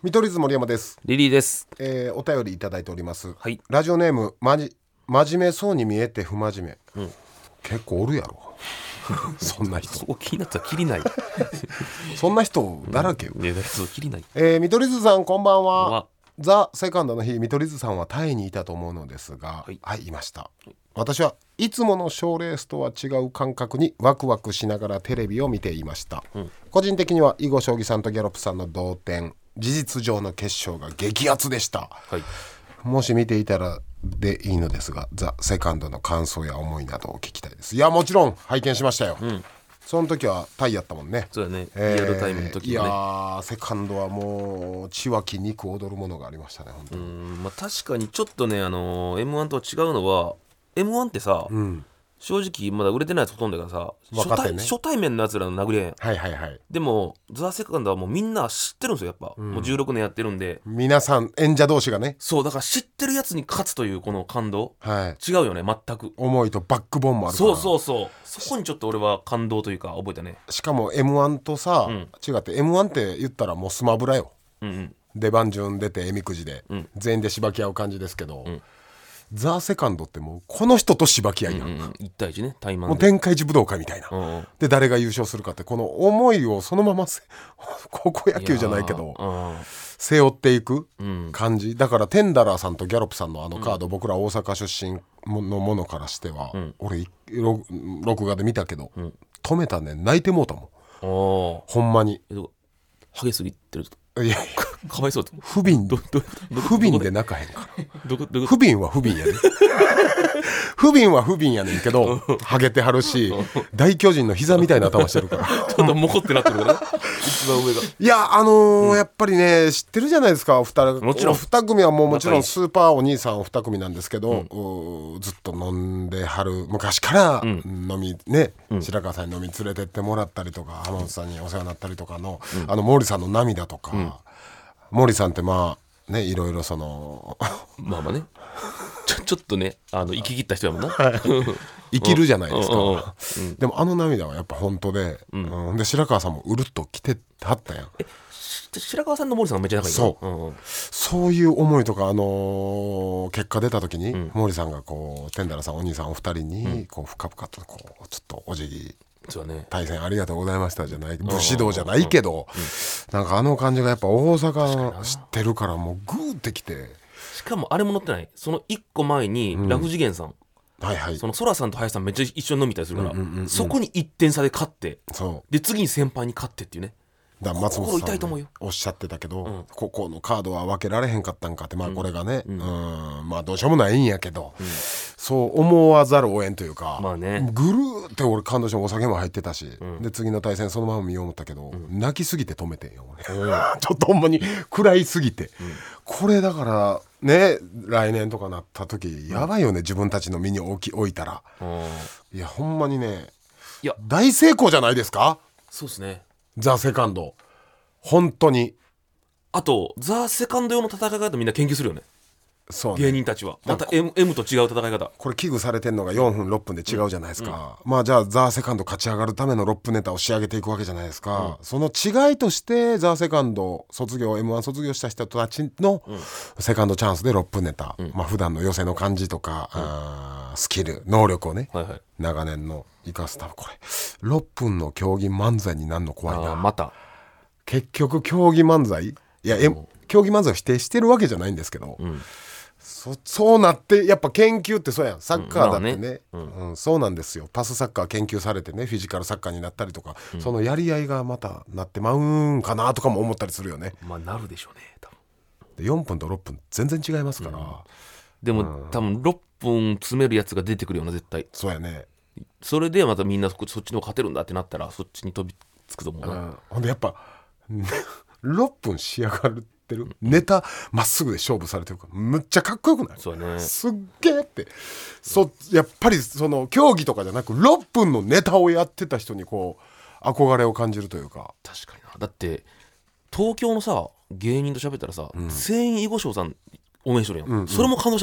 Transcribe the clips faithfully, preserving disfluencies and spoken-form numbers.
見取り図森山です。 リリーです。 えー、お便りいただいております、 はい、 ラジオネームまじ真面目そうに見えて不真面目、うん、結構おるやろそんな人そこ気になったらきりないそんな人だらけよ、 うん、いやそうきりない。 えー、見取り図さんこんばんは。ザ・セカンドの日見取り図さんはタイにいたと思うのですが、はい、はい、いました。私はいつもの賞レースとは違う感覚にワクワクしながらテレビを見ていました、うん、個人的には囲碁将棋さんとギャロップさんの同点、事実上の決勝が激アツでした、はい、もし見ていたらでいいのですがザ・セカンドの感想や思いなどを聞きたいです。いやもちろん拝見しましたよ、うん、その時はタイやったもんね。 そうだね、えー、リアルタイムの時はね。 いやセカンドはもう血湧き肉踊るものがありましたね本当に。 うん、まあ、確かにちょっとね、あのー、エムワン とは違うのは エムワン ってさ、うん、正直まだ売れてないやつほとんどだからさ、初対、ね、初対面のやつらの殴り合い、 はいはいはい、 でもザ・セカンドはもうみんな知ってるんですよやっぱ、うん、もうじゅうろくねんやってるんで皆さん演者同士がね。 そうだから知ってるやつに勝つというこの感動、はい、違うよね全く。 思いとバックボーンもあるから。 そうそうそう、そこにちょっと俺は感動というか覚えたね。 しかも エムワン とさ、うん、違って エムワン って言ったらもうスマブラよ、うんうん、出番順出てえみくじで、うん、全員でしばき合う感じですけど、うん、ザ・セカンドってもうこの人としばき合いやん、うんうん、 いち対いちね、対マンもう天下一武道会みたいな、うんうん、で誰が優勝するかってこの思いをそのまま高校野球じゃないけど背負っていく感じ、うん、だからテンダラーさんとギャロップさんのあのカード、うん、僕ら大阪出身のものからしては、うん、俺録画で見たけど、うん、止めたね泣いてもうたもんほんまに。 ハゲすぎてるといやかわいそうと不憫不憫で泣かへんから不憫は不憫やね不憫は不憫やねんけどハゲてはるし大巨人の膝みたいな頭してるからちょっとモコってなってるから一番上が。 いやあのーうん、やっぱりね知ってるじゃないですか。お二人もちろんお二組はもうもちろんスーパーお兄さんお二組なんですけど、うん、ずっと飲んではる昔から飲み、うん、ね、うん、白川さんに飲み連れてってもらったりとか浜本さんにお世話になったりとかの、うん、あの毛利さんの涙とか、うん、毛利さんってまあねいろいろそのまあまあねちょ, ちょっとねあの生き切った人やもんな生きるじゃないですか、うんうんうん、でもあの涙はやっぱ本当で、うんうん、で白川さんもうるっと来てはったやん。え白川さんの毛利さんがめっちゃ仲いいの。 そう、うんうん、そういう思いとか、あのー、結果出た時に、うん、毛利さんがこうテンダラさんお兄さんお二人にこう深々とこうちょっとお辞儀、そうね、対戦ありがとうございましたじゃない武士道じゃないけど、うんうん、なんかあの感じがやっぱ大阪知ってるからもうグーってきて。 しかもあれも載ってない。そのいっこまえにラフ次元さん、うんはいはい、そのソラさんと林さんめっちゃ一緒に飲みたりするから、うんうんうんうん、そこにいってん差で勝ってそうで次に先輩に勝ってっていうね。 だ松本さんもおっしゃってたけど、うん、ここのカードは分けられへんかったんかって、まあこれがね、うんうん、まあどうしようもないんやけど、うん、そう思わざるを得んというか、まあね、ぐるーって俺感動してお酒も入ってたし、うん、で次の対戦そのまま見よう思ったけど、うん、泣きすぎて止めてんよ俺、うん、ちょっとほんまに暗いすぎて、うん、これだからね来年とかなった時やばいよね、自分たちの身に置き置いたら、うん、いやほんまにねいや大成功じゃないですか。 そうですねザ・セカンド本当に。 あとザ・セカンド用の戦い方みんな研究するよね。そうね、芸人たちはまた M, M と違う戦い方。 これ危惧されてるのがよんぷんろっぷんで違うじゃないですか、うん、まあじゃあザ・セカンド勝ち上がるためのろっぷんネタを仕上げていくわけじゃないですか、うん、その違いとしてザ・セカンド卒業 エムワン 卒業した人たちのセカンドチャンスでろっぷんネタ、うん、まあ普段の寄せの感じとか、うん、あスキル能力をね、はいはい、長年の生かすためこれろっぷんの競技漫才になるの怖いな。 また結局競技漫才いや、うん、競技漫才を否定してるわけじゃないんですけど、うん、そ, そうなってやっぱ研究ってそうやん。サッカーだってね、うんまあねうんうん、そうなんですよ。パスサッカー研究されてねフィジカルサッカーになったりとか、うん、そのやり合いがまたなってまうんかなとかも思ったりするよね。 まあなるでしょうね多分でよんぷんとろっぷん全然違いますから、うん、 でも、うん、多分ろっぷん詰めるやつが出てくるような絶対。 そうやね。 それでまたみんな そ, そっちの勝てるんだってなったらそっちに飛びつくと思うな、うん、 ほんでやっぱろっぷん仕上がってるネタまっすぐで勝負されてるからむっちゃかっこよくない？ そうね、 すっげーって、そやっぱりその競技とかじゃなくろっぷんのネタをやってた人にこう憧れを感じるというか。 確かにな。だって東京のさ芸人と喋ったらさ、うん、全員囲碁将さん応援しとるやん、うんうん、それも感動した俺。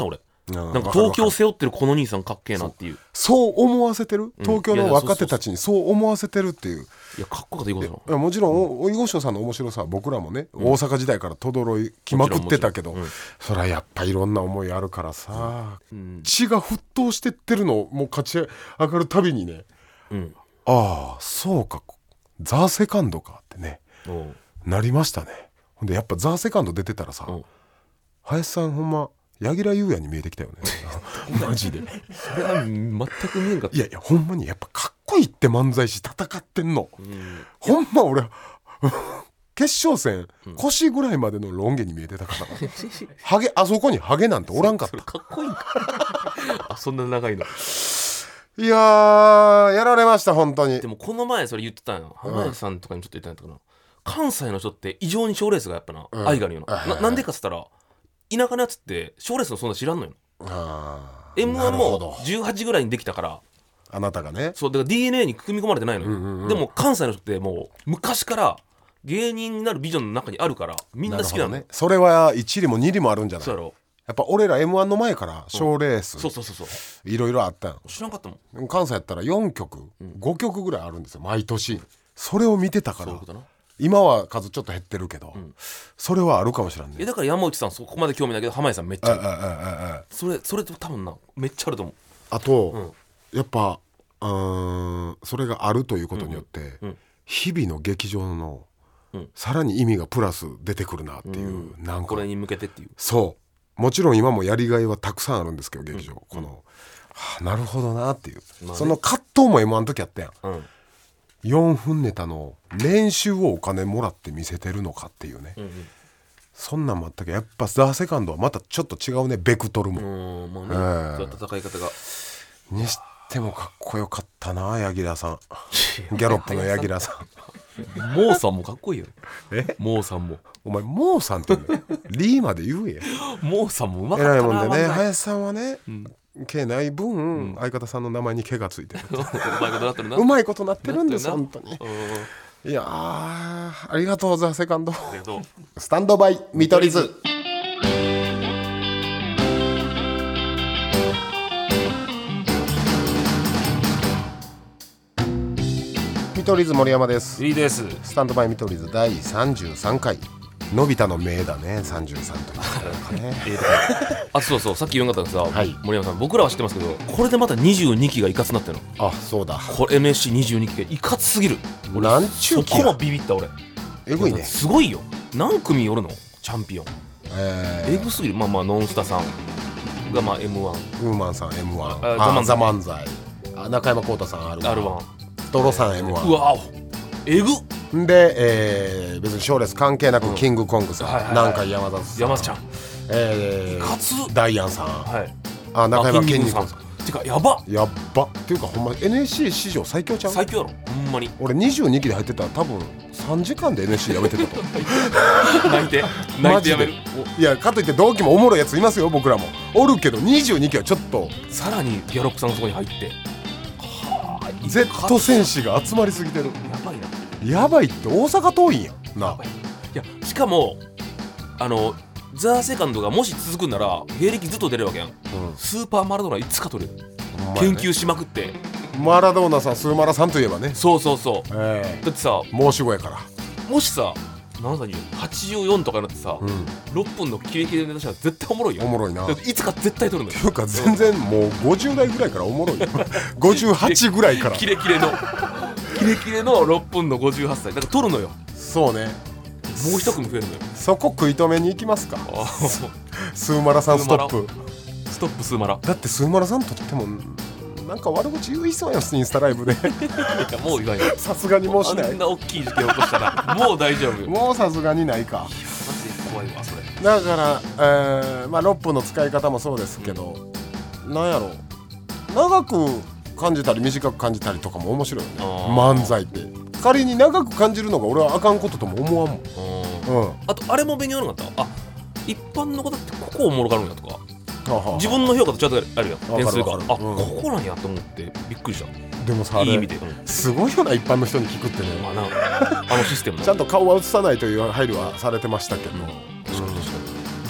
なんか東京背負ってるこの兄さんかっけえなっていう、 そう思わせてる、東京の若手たちにそう思わせてるっていう。 いやかっこよかった囲碁さん。もちろん囲碁将さんの面白さは僕らもね、うん、大阪時代から轟きまくってたけど、うん、そりゃやっぱいろんな思いあるからさ、うん、血が沸騰してってるのをもう勝ち上がるたびにね、うん、ああそうかザ・セカンドかってねなりましたね。ほんでやっぱザ・セカンド出てたらさ、うん、林さんほんま柳楽優弥に見えてきたよねマジでそれは全く見えんかった。 いやいやほんまにやっぱかっこいいって漫才師戦ってんの、うん、ほんま俺決勝戦、うん、腰ぐらいまでのロン毛に見えてたからハゲあそこにハゲなんておらんかった。 かっこいいかあそんな長いの。 いやーやられました本当に。 でもこの前それ言ってたんよ、浜田さんとかにちょっと言ったんやったかな、関西の人って異常に賞レースがやっぱな、うん、愛があるよな、な, なんでかっつったら田舎のやつって賞レースのそんな知らんのよ。あ エムワン もじゅうはちぐらいにできたからあなたがね、 そうだから ディーエヌエー に組み込まれてないのよ、うんうんうん、でも関西の人ってもう昔から芸人になるビジョンの中にあるからみんな好きなのね。 それはいちりもにりもあるんじゃない。そうやろ。やっぱ俺ら エムワン の前から賞レース、うん、そうそうそうそういろいろあったん。 知らんかったもん。関西やったらよんきょく、うん、ごきょくぐらいあるんですよ毎年。それを見てたから。そういうことな。今は数ちょっと減ってるけど、うん、それはあるかもしれんね。 えだから山内さんそこまで興味ないけど濱家さんめっちゃある。それそれって多分なめっちゃあると思う。 あと、うん、やっぱうーんそれがあるということによって、うんうん、日々の劇場の、うん、さらに意味がプラス出てくるなっていう、うん、なんかこれに向けてっていう。 そうもちろん今もやりがいはたくさんあるんですけど劇場、うん、この、はあ、なるほどなっていう、まあね、その葛藤も エムワン の時あったやん、うんよんぷんネタの練習をお金もらって見せてるのかっていうね、うんうん、そんなんもあったけどやっぱザ・セカンドはまたちょっと違うねベクトルも。うん、 まあね、戦い方がにしてもかっこよかったな柳楽さんギャロップの柳楽さんモーさんもかっこいいよ。えモーさんもお前モーさんってリーまで言うやモーさんもうまかったな。 偉いもんでね林さんはね、うん毛ない分、うん、相方さんの名前に毛がついてるうまいことなってるな。 うまいことなってるんです本当に。いやーありがとうザ・セカンド。スタンドバイ見取り図。見取り図森山です。 いいです。 スタンドバイ見取り図だいさんじゅうさんかいのび太の名だねさんじゅうさんというねあそうそうさっき言わなかったけどさ、はい、森山さん僕らは知ってますけどこれでまたにじゅうにきがいかつなってるの。 あそうだこれ エヌエスシーにじゅうに 期がいかつすぎる。 なんちゅう気やそこもビビった俺。 えぐいね。 すごいよ何組おるのチャンピオン、えー、えぐすぎる。まあまあノンスタさんがまあ エムワンウーマンさん エムワン あザ漫才中山浩太さん アールワン アールワン トロさん エムワンうわえぐんで、えー、別に賞レース関係なく、うん、キングコングさん、はいはいはい、南海山田さん山ちゃん、 えー、 かつダイアンさん、はい、あ中山健二さんてかやばやっばっていうかほんま エヌエスシー 史上最強ちゃう。 最強やろほんまに。 俺にじゅうにきで入ってたら多分さんじかんで エヌエスシー やめてたと泣いて泣いてやめる。 いやかといって同期もおもろいやついますよ僕らもおるけどにじゅうにきはちょっとさらにギャロップさんのとこに入って Z 戦士が集まりすぎてる。 やばいな。 やばいって大阪遠いんやな。 いやしかもあのザ・セカンドがもし続くんなら芸歴ずっと出れるわけやん、うん、スーパーマラドーナいつか取れる、ね、研究しまくってマラドーナさんスーマラさんといえばね。 そうそうそう、 えー、 だってさ申し子やからもしさ何歳にはちじゅうよんとかになってさ、うん、ろっぷんのキレキレでネタしたら絶対おもろいよ。 おもろいな。 いつか絶対取るのよ。 っていうか全然もうごじゅうだいぐらいからおもろいよごじゅうはちぐらいからキレキレのキレキレのろっぷんのごじゅうはっさいだから取るのよ。 そうねもう一組増えるのよ。 そこ食い止めに行きますかスーマラさんストップストップスーマラ。 だってスーマラさんとってもなんか悪口言いそうやんインスタライブでいやもう言わないさすがにもうしない。 あんな大きい事件起こしたらもう大丈夫よもうさすがにないか。 マジで怖いわそれ。 だから、えーまあ、ろっぷんの使い方もそうですけど、うん、なんやろ長く感じたり短く感じたりとかも面白いよね漫才って。仮に長く感じるのが俺はあかんこととも思わんもん。 うん、あとあれも勉強なかった。あ一般の方ってここおもろがるんやとかはは自分の評価とちゃんとあるやん点数が。あ、うん、ここなんやと思ってびっくりした。 でもさあれいい意味で、うん、すごいよな一般の人に聞くってね、まあ、なあのシステムちゃんと顔は映さないという配慮はされてましたけど、うん、だ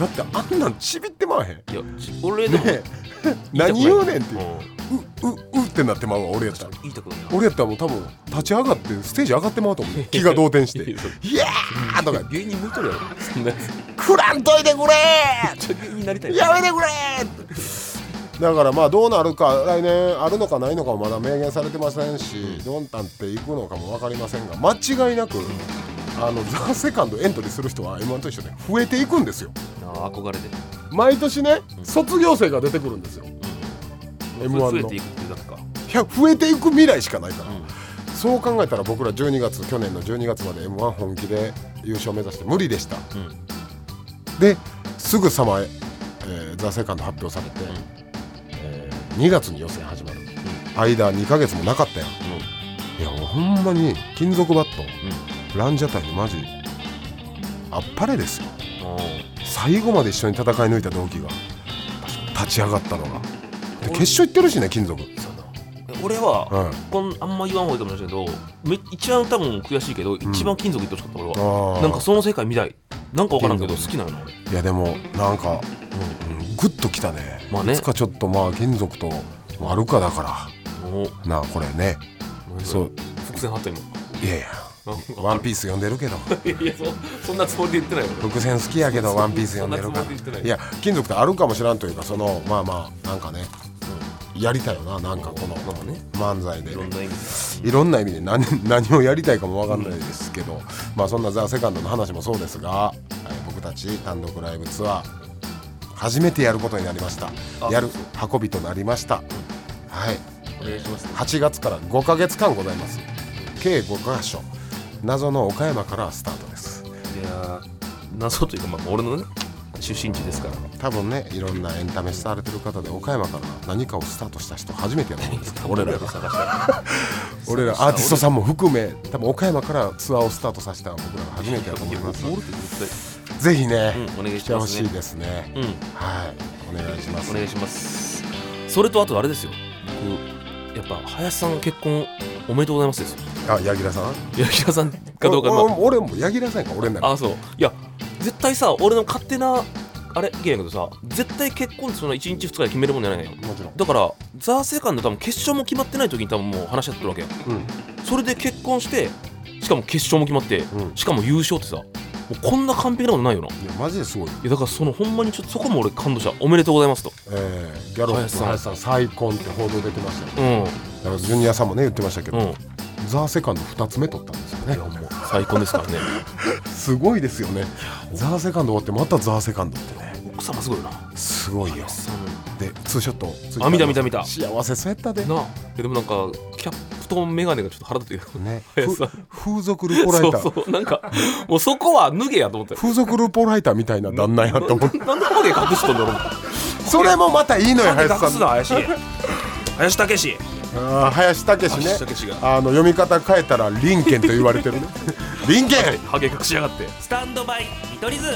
だってあんなんちびってまわへん。 いや俺でも、ね、 何言うねんっていう、うん、うううってなってまうわ俺やったら。 言いたくない。 俺やったらもう多分立ち上がってステージ上がってまうと思う。気が動転していやーとか芸人向いとるやろそんなやつ。くらんといてくれー芸人になりたい。 やめてくれーだからまあどうなるか来年あるのかないのかもまだ明言されてませんし、どんたんっていくのかも分かりませんが、間違いなくあのザ・セカンドエントリーする人は エムワン と一緒で増えていくんですよ。 あ憧れで毎年ね、うん、卒業生が出てくるんですよ、うん、エムワン の。増えていくってだけか。いや増えていく未来しかないから、うん、そう考えたら僕らじゅうにがつ去年のじゅうにがつまで エムワン 本気で優勝目指して無理でした、うん、ですぐさま、えー、ザ・セカンド発表されて、うんえー、にがつに予選始まる、うん、間にかげつもなかったやん、うん、いやもうほんまに金属バット、うん、ランジャタイにマジあっぱれですよ。最後まで一緒に戦い抜いた同期が立ち上がったのがで決勝行ってるしね金属。 俺は、うん、こんあんま言わんほうがいいかもしれないけどめ一番多分悔しいけど、うん、一番金属行ってほしかった俺は。なんかその世界見たい。なんか分からんけど好きなの俺。 いやでもなんか、うんうん、グッときたね。まあねいつかちょっとまあ金属とあるかだからなあこれね。そう伏線張った今。 いやいやワンピース読んでるけどいや そ, そんなつもりで言ってないよ。 伏線好きやけどワンピース読んでるからいや金属ってあるかもしらんというかそのまあまあなんかね、うん、やりたいよななんかこの漫才で、ね、いろんな意味でいろんな意味で 何, 何をやりたいかも分かんないですけど、うん、まあそんなザ・セカンドの話もそうですが僕たち単独ライブツアー初めてやることになりました。やる運びとなりました、うん、はいお願いします、ね、はちがつからごかげつかんございます。計ごかしょ謎の岡山からスタートです。 いや謎というか、まあ、俺のね出身地ですから多分ねいろんなエンタメされてる方で岡山から何かをスタートした人初めてやと思うんですけど俺ら俺らアーティストさんも含め多分岡山からツアーをスタートさせた僕らが初めてやと思います。ぜひね、うん、お願いしますね。してほしいですね、うん、はいお願いしますお願いします。それとあとあれですよ僕やっぱ林さん結婚おめでとうございますですよ。 あ、柳楽さん柳楽さんかどうか、まあ、 俺も柳楽さんやから俺になる。 あ、そういや絶対さ俺の勝手なあれゲームだけどさ絶対結婚ってそのいちにちふつかで決めるもんじゃないのよ。 もちろんだからザ・セカンド多分決勝も決まってない時に多分もう話し合ってるわけよ、うん、それで結婚してしかも決勝も決まって、うん、しかも優勝ってさもうこんな完璧なことないよな。いやマジですごい。いやだからそのほんまにちょっとそこも俺感動した。おめでとうございますと、 えー、ギャロップの林さん再婚って報道出てましたね、うん、だからジュニアさんもね言ってましたけど、うんザ・セカンドふたつめ取ったんですよね。いやもう最高ですからねすごいですよね。ザ・セカンド終わってまたザ・セカンドってね。 奥様すごいな。 すごいよ。でツーショットあ見た見た見た幸せそうやったでなあ。でもなんかキャップとメガネがちょっと腹立ってるね風俗ルポライターそうそうなんかもうそこは脱げやと思って風俗ルポライターみたいな旦那やと思ってなんでハゲ隠しとんだろうそれもまたいいのよ林さん。 隠すな怪しい林武史あ林武史ねあの読み方変えたらリンケンと言われてるねリンケンハゲ隠しやがって。スタンドバイ見取り図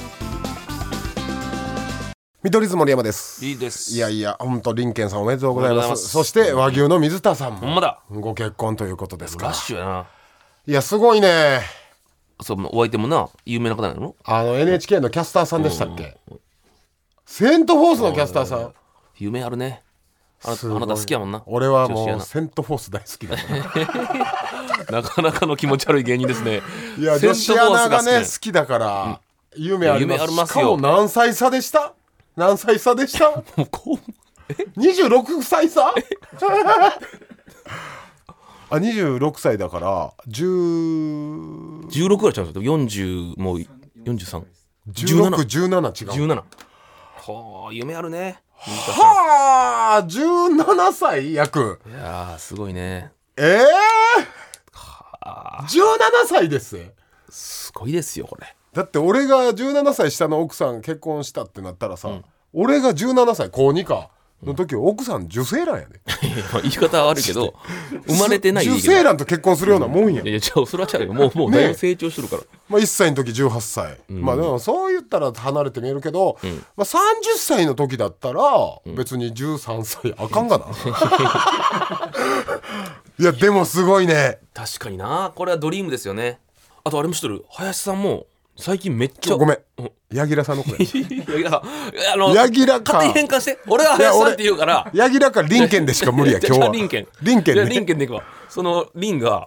見取り図森山です。 いいです。 いやいや本当リンケンさんおめでとうございます。そして和牛の水田さんもほんまだご結婚ということですからラッシュやな。 いやすごいね。 そうお相手もな有名な方なの。 あの エヌエイチケー のキャスターさんでしたっけ、うんうん、セントフォースのキャスターさん夢あるね。あ な, あなた好きやもんな。 俺はもうセントフォース大好きだからなかなかの気持ち悪い芸人ですね。 いや女子アナがね好きだから、うん、夢あります。夢ありますよ。しかも何歳差でした。何歳差でしたもうこうえにじゅうろくさい差あにじゅうろくさいだからじゅうじゅうろくぐらいちゃうんですよ。よんじゅうもうよんじゅうさんじゅうろく、じゅうなな違うじゅうななはあ夢あるね。 はあじゅうななさい約。 いやすごいね。 えー、はあじゅうななさいですすごいですよこれ。 だって俺がじゅうななさい下の奥さん結婚したってなったらさ、うん、俺がじゅうななさいこうにかの時、うん、奥さん受精卵やで言い方は悪いけど生まれてない受精卵と結婚するようなもんや、 うん、いやじゃあそれはちゃうよ。もうもうだいぶ成長してるから、ねまあ、いっさいの時じゅうはっさい、うん、まあでもそう言ったら離れて見えるけど、うんまあ、さんじゅっさいの時だったら別にじゅうさんさいあかんがな、うん、いやでもすごいね。 確かになこれはドリームですよね。あとあれも知ってる林さんも最近めっちゃごめん柳楽さんの声あの柳楽か勝手に変換して俺は林さんって言うから柳楽か林健でしか無理や今日は林健林健ね林健でいくわその林が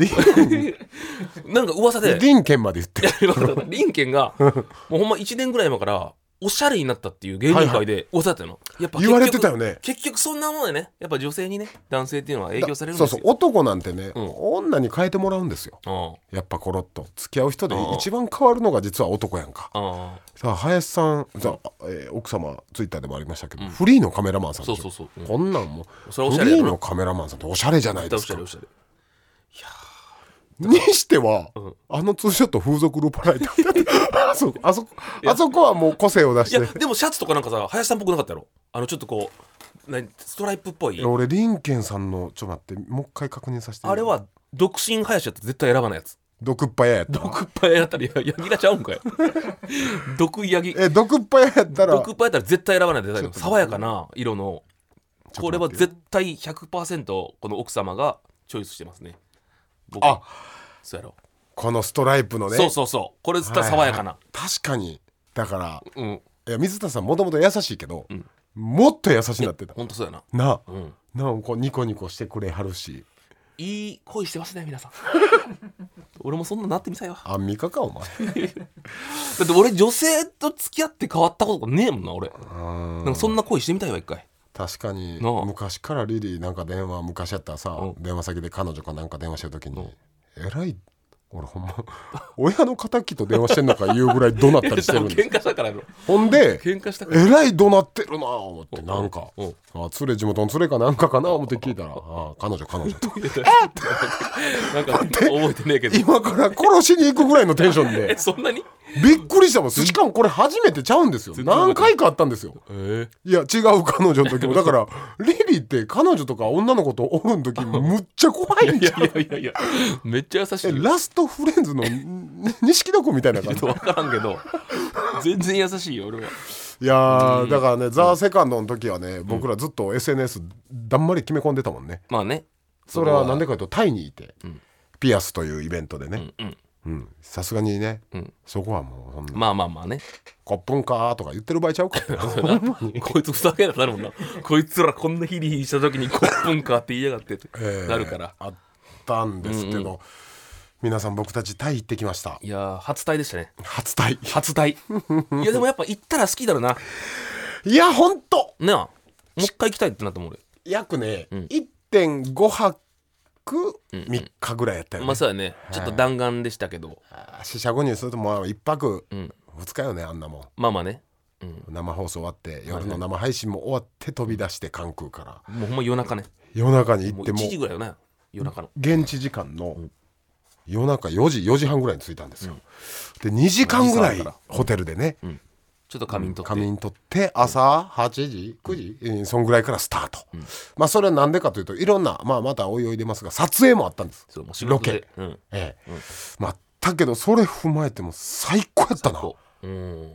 なんか噂で林健まで言ってる林健がもうほんまいちねんぐらい前からおしゃれになったっていう芸人界で噂だったの、やっぱ言われてたよね。 結局そんなもんでねやっぱ女性にね男性っていうのは影響されるんですよ。 そうそう男なんてね、うん、女に変えてもらうんですよ。 あやっぱコロッと付き合う人で一番変わるのが実は男やんか。あさあ林さんじゃあ、えー、奥様ツイッターでもありましたけど、うん、フリーのカメラマンさんでしょ。 そうそうそう、うん、 こんなんもフリーのカメラマンさんっておしゃれじゃないですか。 おしゃれおしゃれいやにしては、うん、あのツーショット風俗ルパライターあそこあそこあそこはもう個性を出して。 いやでもシャツとかなんかさ林さんっぽくなかったやろ。あのちょっとこう何ストライプっぽい。 俺林健さんのちょっと待ってもう一回確認させて。 あれは独身林やったら絶対選ばないやつ。 毒っぱややったら毒っぱややったらヤギラちゃうんかい毒ヤギえ毒っぱややったら毒っぱやったら絶対選ばないで爽やかな色のこれは絶対 ひゃくパーセント この奥様がチョイスしてますね。僕あそうやろこのストライプのね。 そうそうそうこれ絶対爽やかな、 はいはい、確かにだから、 うん、 いや水田さんもともと優しいけど、うん、もっと優しいなってた。 ほんとそうやなな、 うん、 なんかニコニコしてくれはるしいい恋してますね皆さん俺もそんななってみたいわ。 アンミカかお前だって俺女性と付き合って変わったことねえもんな俺。なんかそんな恋してみたいわ一回。 確かに昔からリリーなんか電話昔やったらさ、うん、電話先で彼女かなんか電話してる時に、うん、えらい俺ほんま親の敵と電話してんのか言うぐらい怒鳴ったりしてるんです喧嘩したからやろ。 ほんで喧嘩したからえらい怒鳴ってるな思ってなんかあ連れ地元の連れかなんかかな思って聞いたらあ彼女彼女とえっなんか覚えてねえけど今から殺しに行くぐらいのテンションでえそんなにびっくりしたもん。しかもこれ初めてちゃうんですよ。何回かあったんですよ、 えー、 いや違う彼女の時もだからリリーって彼女とか女の子とおるん時もむっちゃ怖いんじゃん。 いやいやいやめっちゃ優しい。 ラストフレンズの錦戸子みたいな感じ。 分からんけど全然優しいよ俺は。 いやーだからね、うん、ザ・セカンドの時はね、うん、僕らずっと エスエヌエス だんまり決め込んでたもんね。 まあねそれはなんでかというとタイにいて、うん、ピアスというイベントでね、さすがにね、うん、そこはもうほんまあまあまあねコップンかーとか言ってる場合ちゃうかこいつふざけなくなるもんなこいつらこんなヒリヒリした時にコップンかーって言いやがってって、えー、なるからあったんですけど、うんうん、皆さん僕たちタイ行ってきました。 いや初タイでしたね。 初タイ初タイいやでもやっぱ行ったら好きだろうな。 いやほんとねあもう一回行きたいってなったもん俺。 約ね、うん、いってんごはくみっかぐらいやったよね、 うんうん、まあそうやね、はい、ちょっと弾丸でしたけど四捨五入するともういっぱくふつかよねあんなもん。 まあまあね、うん、 生放送終わって夜の生配信も終わって飛び出して関空から、 うん、もうほんま夜中ね夜中に行ってももういちじぐらいよね夜中の現地時間の夜中よじよじはんぐらいに着いたんですよ、うん、でにじかんぐらいホテルでね、うん、 ちょっと仮眠取って、 仮眠取って朝はちじくじ、うん、そんぐらいからスタート、うん、まあそれはなんでかというといろんな、まあ、またおいおい出ますが撮影もあったんです。 そうロケ、うんええうん、まあだけどそれ踏まえても最高やったな。 うん、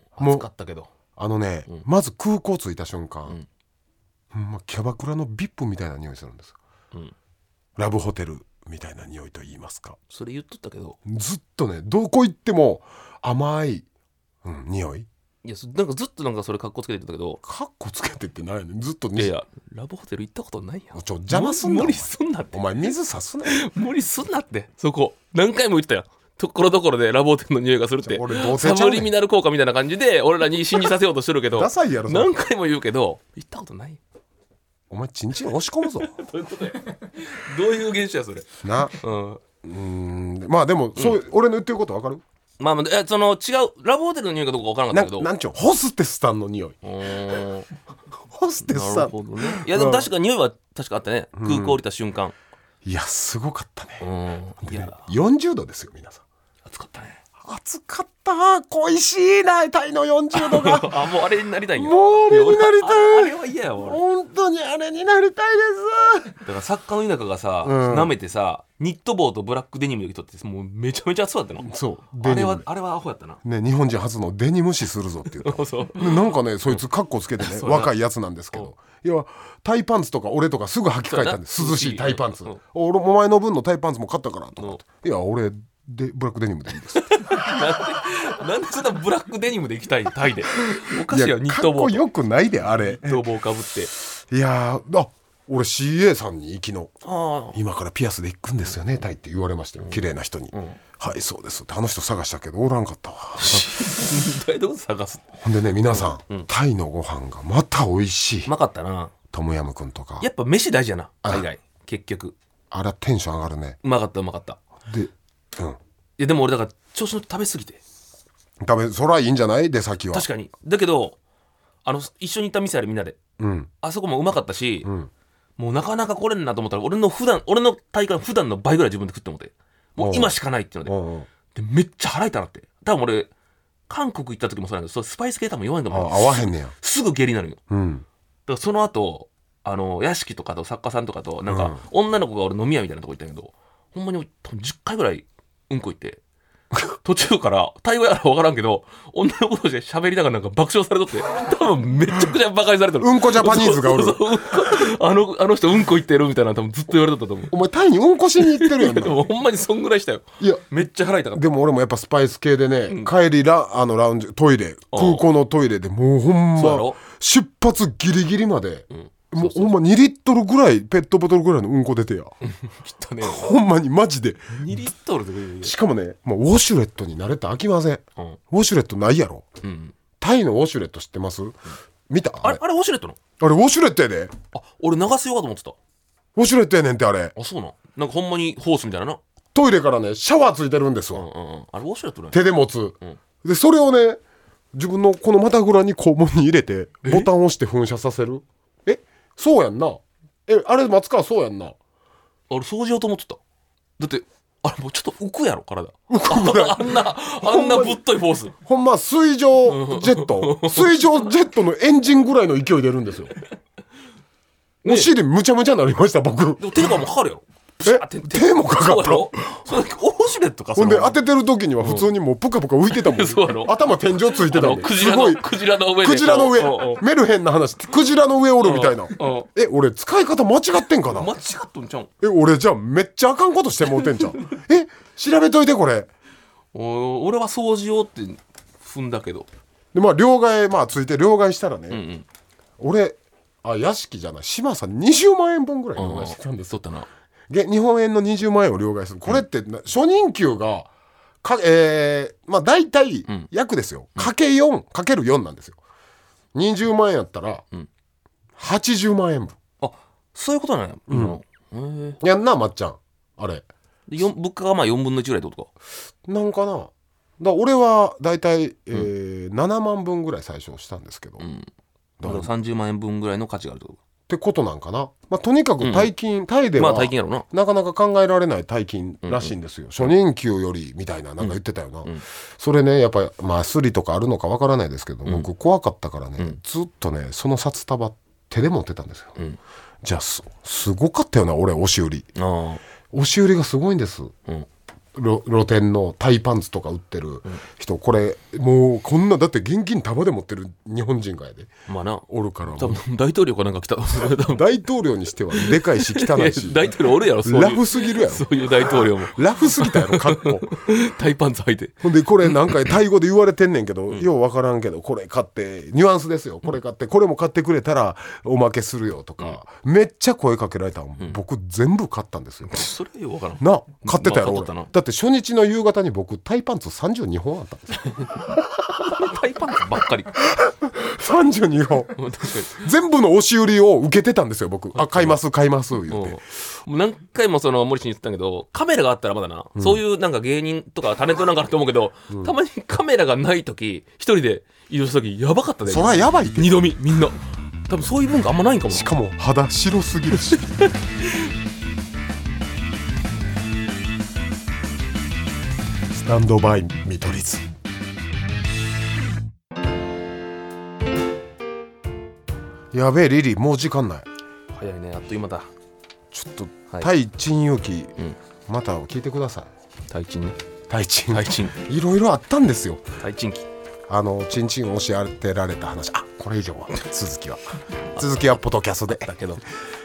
暑かったけどあのね、うん、まず空港着いた瞬間、うんまあ、キャバクラの ブイアイピー みたいな匂いするんです、うん、ラブホテルみたいな匂いと言いますか。 それ言っとったけどずっとねどこ行っても甘い、うん、匂い。 いやなんかずっとなんかそれカッコつけて言ったけどカッコつけてってないのずっといやいやラブホテル行ったことないやん。 ちょ邪魔すんな無理すんなってお前水さすな無理すんなってそこ何回も言ったやんところどころでラブホテルの匂いがするってサブリミナル効果みたいな感じで俺らに信じさせようとしてるけどダサいやろ何回も言うけど行ったことない。 お前チンチン押し込むぞどういうことやどういう現象やそれなうんうんまあでもそう、うん、俺の言ってること分かる。 まあまあその違うラブホテルの匂いかどうか分からなかったけどな, なんちゅうホステスさんの匂いホステスさんなるほどね。いやでも確か匂いは確かあったね、うん、空港降りた瞬間。 いやすごかったね。 うんいやよんじゅうどですよ皆さん。 暑かったね。 暑かった恋しいなタイのよんじゅうどがあもうあれになりたいんや。 もうあれになりたい。 あれは嫌やわ本当にあれになりたいです。 だから作家の田舎がさ、うん、舐めてさニット帽とブラックデニムの人ってもうめちゃめちゃ暑かったの。 そうあれはあれはアホやったな、 ね、日本人初のデニム視するぞって言ったそうなんかねそいつカッコつけてね若いやつなんですけどいやタイパンツとか俺とかすぐ履き替えたんです。涼しいタイパンツ、うん、お前の分のタイパンツも買ったからとかいや俺でブラックデニムでいいですなんでなんでそんなブラックデニムで行きたいタイでおかしいよニット帽かっこよくないであれニット帽かぶっていやあ俺 シーエー さんに行きの今からピアスで行くんですよねタイって言われましたよ、うん、綺麗な人に、うん、はいそうですってあの人探したけどおらんかったわどう探すほんでね皆さん、うん、タイのご飯がまた美味しい。 うまかったなトムヤムくんとかやっぱ飯大事やな海外結局あらテンション上がるね。 うまかったうまかったでうんいやでも俺だから調子の食べ過ぎて食べそらいいんじゃない出先は確かにだけどあの一緒に行った店あるみんなで、うん、あそこもうまかったし、うんもうなかなか来れんなと思ったら俺の普段俺の大会の普段の倍ぐらい自分で食って思ってもう今しかないっていうのででめっちゃ腹痛なって多分俺韓国行った時もそうなんだけどスパイス系多分弱いんだもん合わへんねやすぐ下痢になるよ、うん、だからその後あの屋敷とかと作家さんとかとなんか、うん、女の子が俺飲み屋みたいなとこ行ったんやけどほんまに多分じゅっかいぐらいうんこ行って途中からタイ語やら分からんけど女の子同士で喋りながらなんか爆笑されとって多分めちゃくちゃバカにされてるうんこジャパニーズがおるそうそうそうあのあの人うんこ行ってるみたいな多分ずっと言われてたと思う。 お前タイにうんこしに行ってるやんでもほんまにそんぐらいしたよ。いやめっちゃ腹痛かった。 でも俺もやっぱスパイス系でね、うん、帰りラあのラウンジトイレ空港のトイレでもうほんま出発ギリギリまで、うんもうほんまにリットルぐらいペットボトルぐらいのうんこ出てやきっとねほんまにマジでにリットルでしかもね、まあ、ウォシュレットに慣れて飽きません、うん、ウォシュレットないやろ、うん、タイのウォシュレット知ってます、うん、見たあれあれウォシュレットのあれウォシュレットやであ俺流すようかと思ってたウォシュレットやねんってあれあそうなんなんかほんまにホースみたいななトイレからねシャワーついてるんですわ、うんうんうん、 あれウォシュレットね手で持つ、うん、でそれをね自分のこの股ぐらに肛門に入れてボタンを押して噴射させるえそうやんなえあれ松川そうやんなあれ掃除ようと思ってただってあれもうちょっと浮くやろ体浮くぐらいあんなあんなぶっといフォースほんま水上ジェット水上ジェットのエンジンぐらいの勢い出るんですよ、ね、お尻むちゃむちゃになりました僕でも手とかもかかるやろえ手もかかったそうそれウォシュレットかほんで当ててる時には普通にもうプカプカ浮いてたもん、うん、頭天井ついてたもんクジラのクジラの上でクジラの上メルヘンな話クジラの上おるみたいなえ俺使い方間違ってんかな間違っとんちゃうんえ俺じゃあめっちゃあかんことしてもうてんじゃんえ調べといてこれお俺は掃除用って踏んだけどでまあ両替まあついて両替したらね、うんうん、俺あ屋敷じゃない島さんにじゅうまんえんぶんぐらい両替してたんですよ、うん、な日本円のにじゅうまんえんを両替するこれって、うん、初任給がか、えー、まあ大体約ですよ、うん、かけよんかけるよんなんですよにじゅうまんえんやったら、うん、はちじゅうまんえんぶんあそういうことなんや、 うん、やんなまっちゃんあれ物価がまあよんぶんのいちぐらいってことかなんかなだ俺は大体、えーうん、ななまんぶんぐらい最初したんですけど、うん、 だからさんじゅうまんえんぶんぐらいの価値があるってことってことなんかな、まあ、とにかく大金、うん、タイでは、 まあ、大金やろな、 なかなか考えられない大金らしいんですよ、うんうん、初任給よりみたいななんか言ってたよな、うんうん、それねやっぱりまあスリとかあるのかわからないですけど、うん、僕怖かったからね、うん、ずっとねその札束手で持ってたんですよ、うん、じゃあ す, すごかったよな俺押し売り押し売りがすごいんです、うん露店のタイパンツとか売ってる人、うん、これもうこんなだって現金束で持ってる日本人がやで、 まあな、 おるから多分大統領かなんか来た大統領にしてはでかいし汚いし大統領おるやろそういうラフすぎるやろそういう大統領もラフすぎたやろ格好タイパンツ履いてほんでこれなんかタイ語で言われてんねんけど、うん、ようわからんけどこれ買ってニュアンスですよこれ買ってこれも買ってくれたらおまけするよとか、うん、めっちゃ声かけられたの、うん、僕全部買ったんですよそれようわからんな買ってたやろ、 まあ、俺だって初日の夕方に僕タイパンツさんじゅうにほんあったんですよタイパンツばっかりさんじゅうにほん全部の押し売りを受けてたんですよ僕あ買います買います言って、 うん、何回もその森氏に言ってたけどカメラがあったらまだな、うん、そういうなんか芸人とかタレントなんかあると思うけど、うん、たまにカメラがない時一人で移動した時やばかったでそりゃやばいって二度見みんな多分そういう文化あんまないんかもしかも肌白すぎるしスタンドバイ見取り図やべえリリーもう時間ない早いねあっという間だちょっと、はい、タイ珍遊記、うん、また聞いてくださいタイチンねタイチンタイチンいろいろあったんですよタイチン記あのチンチンを教えてられた話あこれ以上は続きは続きはポトキャスでだけど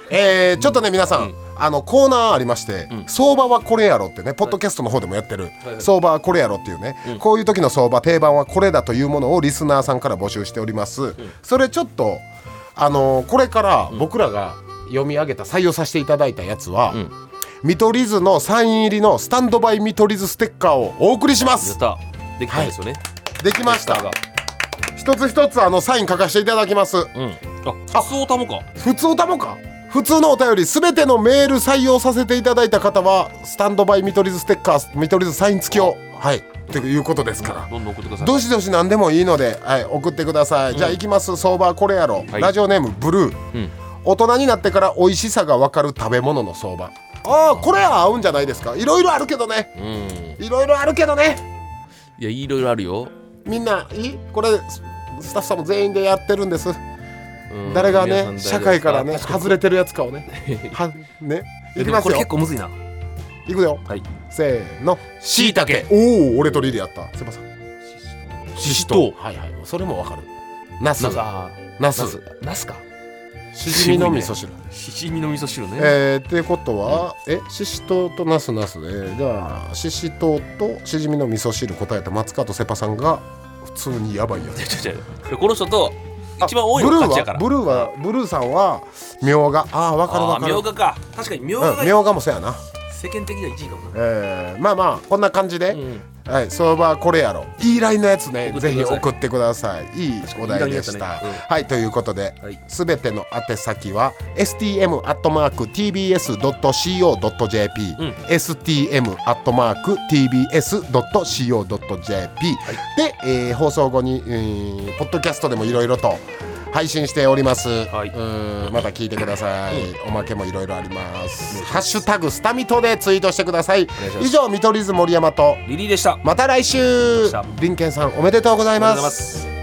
えー、ちょっとね皆さん、うん、あのコーナーありまして、うん、相場はこれやろってねポッドキャストの方でもやってる、はい、相場はこれやろっていうね、うん、こういう時の相場定番はこれだというものをリスナーさんから募集しております、うん、それちょっとあのー、これから僕らが読み上げた採用させていただいたやつは、うん、見取り図のサイン入りのスタンドバイ見取り図ステッカーをお送りします。 やったできたんですよね、はい、 できました。一つ一つあのサイン書かせていただきます、うん、 あ、普通おたもか普通おたもか普通のお便りすべてのメール採用させていただいた方はスタンドバイ見取り図ステッカー見取り図サイン付きをはいということですから、 どんどん送ってください。 どしどし何でもいいので、はい、送ってください、うん、じゃあいきます。相場はこれやろ、はい、ラジオネームブルー、うん、大人になってから美味しさが分かる食べ物の相場。ああこれは合うんじゃないですか。いろいろあるけどね、いろいろあるけどね。 いやいろいろあるよ。 みんないいこれスタッフさんも全員でやってるんです。誰がね社会からね外れてるやつかをねはねいきますよ。 これ結構むずいな。 いくよ、はい、せーのしいたけ。おお俺とリリやった。すいません。ししとう。はいはいそれもわかる。ナスナスナスか。 しじみの味噌汁。 しじみの味噌汁ね。 えー、ってことは、うん、えししとうとナスナスでじゃあししとうとしじみの味噌汁答えた松川とセパさんが普通にやばいやつ。 この人と一番多いのが勝ちやから。 ブルーはブルーさんはみょうが。ああ分かる分かる。 みょうがか。確かにみょうがが、 うん、みょうがもそうやな。 世間的にはいちいかもな。 えー、まあまあこんな感じで、うんはい、相場はこれやろ。いいラインのやつねぜひ送ってください。いいお題でした、ねうん、はいということで、すべ、はい、ての宛先は エスティーエムアットマークティービーエスドットシーオードットジェーピー、うん、エスティーエムアットマークティービーエスドットシーオードットジェーピー で、えー、放送後に、えー、ポッドキャストでもいろいろと配信しております、はい、うーんまた聞いてください、うん、おまけもいろいろあります、うん、ハッシュタグスタミトでツイートしてください。以上見取り図森山とリリーでした。 また来週。林健さんおめでとうございます。